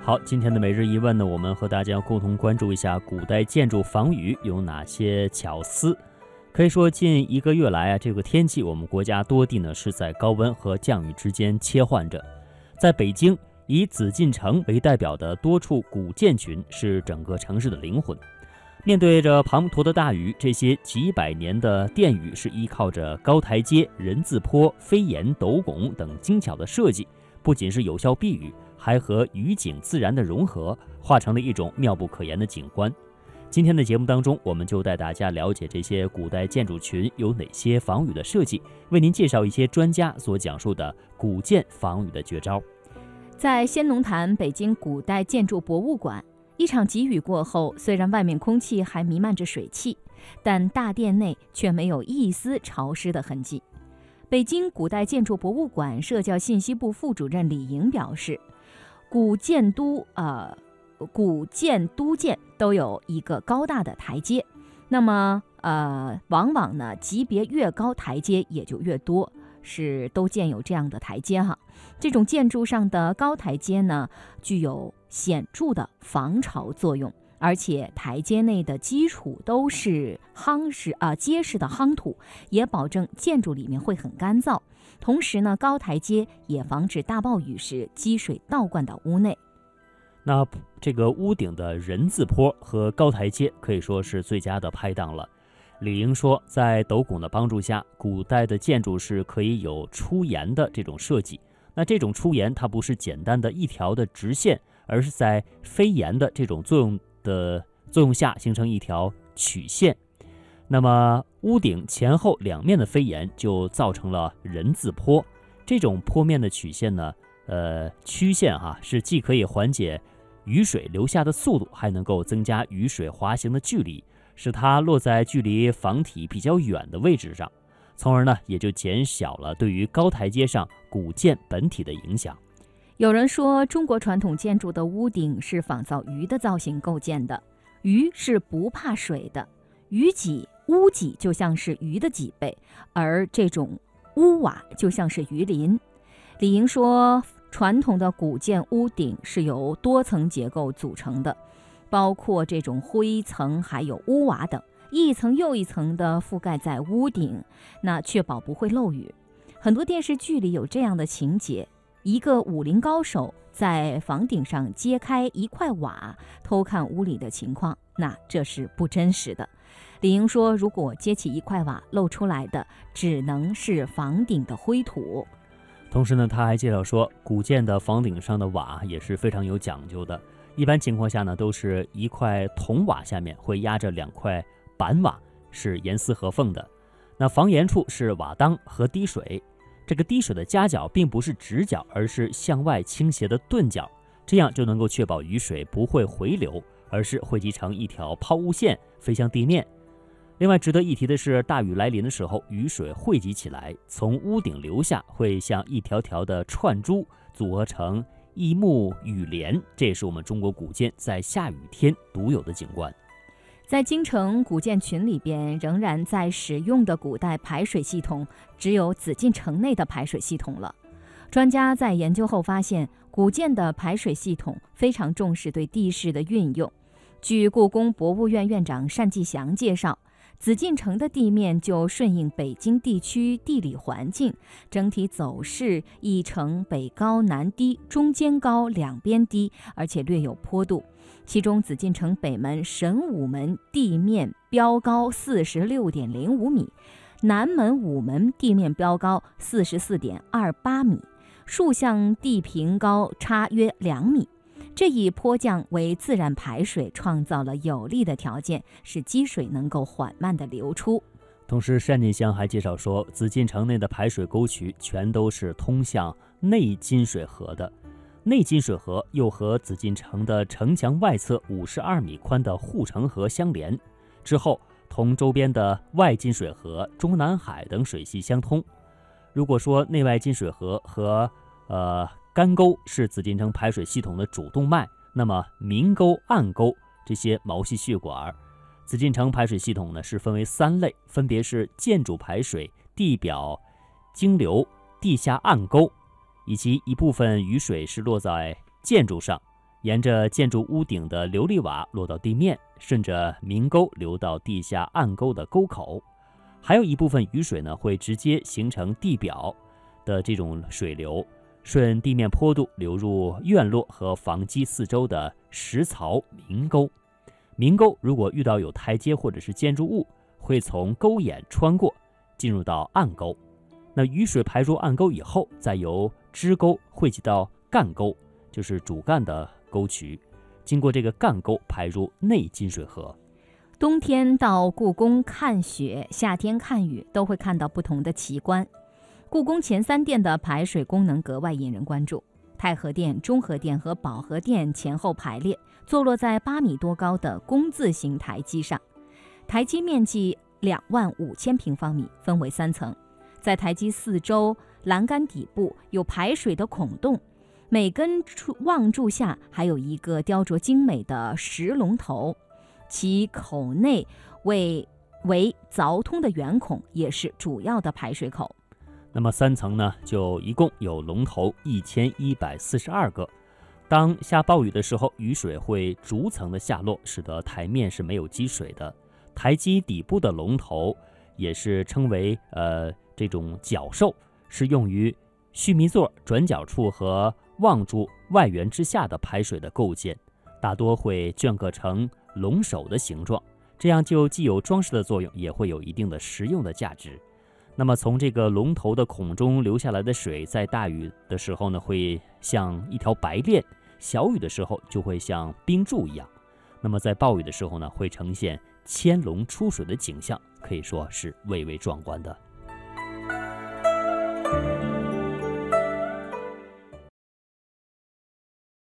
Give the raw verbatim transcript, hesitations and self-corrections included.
好，今天的每日一问呢，我们和大家共同关注一下古代建筑防雨有哪些巧思。可以说近一个月来啊，这个天气我们国家多地呢是在高温和降雨之间切换着。在北京，以紫禁城为代表的多处古建群是整个城市的灵魂。面对着滂沱的大雨，这些几百年的殿宇是依靠着高台阶、人字坡、飞檐、斗拱等精巧的设计，不仅是有效避雨，还和雨景自然的融合，化成了一种妙不可言的景观。今天的节目当中，我们就带大家了解这些古代建筑群有哪些防雨的设计，为您介绍一些专家所讲述的古建防雨的绝招。 在先农坛北京古代建筑博物馆，一场急雨过后，虽然外面空气还弥漫着水汽，但大殿内却没有一丝潮湿的痕迹。北京古代建筑博物馆社教信息部副主任李莹表示，古建都呃古建都建都有一个高大的台阶，那么呃往往呢级别越高，台阶也就越多，是都建有这样的台阶哈。这种建筑上的高台阶呢，具有显著的防潮作用，而且台阶内的基础都是夯实啊、呃、结实的夯土，也保证建筑里面会很干燥。同时呢，高台阶也防止大暴雨时积水倒灌到屋内。 那这个屋顶的人字坡和高台阶可以说是最佳的拍档了。李莹说，在斗拱的帮助下，古代的建筑是可以有出檐的这种设计。那这种出檐它不是简单的一条的直线，而是在飞檐的这种作用的作用下形成一条曲线。那么屋顶前后两面的飞檐就造成了人字坡。这种坡面的曲线呢，呃，曲线哈、啊、是既可以缓解雨水流下的速度，还能够增加雨水滑行的距离，使它落在距离房体比较远的位置上，从而呢也就减小了对于高台阶上古建本体的影响。 有人说，中国传统建筑的屋顶是仿造鱼的造型构建的，鱼是不怕水的，鱼脊、屋脊就像是鱼的脊背，而这种屋瓦就像是鱼鳞。李莹说，传统的古建屋顶是由多层结构组成的，包括这种灰层还有屋瓦等，一层又一层的覆盖在屋顶，那确保不会漏雨。很多电视剧里有这样的情节，一个武林高手在房顶上揭开一块瓦，偷看屋里的情况，那这是不真实的。李莹说，如果揭起一块瓦，露出来的只能是房顶的灰土。 同时呢，他还介绍说，古建的房顶上的瓦也是非常有讲究的。一般情况下呢，都是一块铜瓦下面会压着两块板瓦，是严丝合缝的。那房檐处是瓦当和滴水，这个滴水的夹角并不是直角，而是向外倾斜的钝角，这样就能够确保雨水不会回流，而是汇集成一条抛物线飞向地面。另外值得一提的是，大雨来临的时候，雨水汇集起来，从屋顶流下，会像一条条的串珠组合成一幕雨帘，这也是我们中国古建在下雨天独有的景观。 在京城古建群里边，仍然在使用的古代排水系统，只有紫禁城内的排水系统了。专家在研究后发现，古建的排水系统非常重视对地势的运用。据故宫博物院院长单霁翔介绍，紫禁城的地面就顺应北京地区地理环境，整体走势亦呈北高南低，中间高，两边低，而且略有坡度。其中紫禁城北门神武门地面标高 四十六点零五米，南门午门地面标高 四十四点二八米，竖向地平高差约两米。这一坡降为自然排水创造了有利的条件，使积水能够缓慢地流出。 同时单霁翔还介绍说，紫禁城内的排水沟渠全都是通向内金水河的，内金水河又和紫禁城的城墙外侧五十二米宽的护城河相连，之后同周边的外金水河、中南海等水系相通。如果说内外金水河和呃干沟是紫禁城排水系统的主动脉，那么明沟、暗沟这些毛细血管，紫禁城排水系统呢是分为三类，分别是建筑排水、地表经流、地下暗沟，以及一部分雨水是落在建筑上， 沿着建筑屋顶的琉璃瓦落到地面，顺着明沟流到地下暗沟的沟口。还有一部分雨水呢，会直接形成地表的这种水流，顺地面坡度流入院落和房基四周的石槽明沟。明沟如果遇到有台阶或者是建筑物，会从沟眼穿过，进入到暗沟。那雨水排入暗沟以后，再由支沟汇集到干沟，就是主干的沟渠，经过这个干沟排入内金水河。 冬天到故宫看雪，夏天看雨，都会看到不同的奇观。故宫前三殿的排水功能格外引人关注。太和殿、中和殿和保和殿前后排列，坐落在八米多高的工字形台基上，台基面积两万五千平方米，分为三层。在台基四周栏杆底部有排水的孔洞，每根望柱下还有一个雕琢精美的石龙头，其口内为为凿通的圆孔，也是主要的排水口。 那么三层呢，就一共有龙头一千一百四十二个。当下暴雨的时候，雨水会逐层的下落，使得台面是没有积水的。台基底部的龙头也是称为呃这种角兽，是用于须弥座转角处和望柱外缘之下的排水的构件，大多会镌刻成龙首的形状，这样就既有装饰的作用，也会有一定的实用的价值。那么从这个龙头的孔中流下来的水，在大雨的时候呢，会像一条白链；小雨的时候就会像冰柱一样。那么在暴雨的时候呢，会呈现千龙出水的景象，可以说是蔚为壮观的。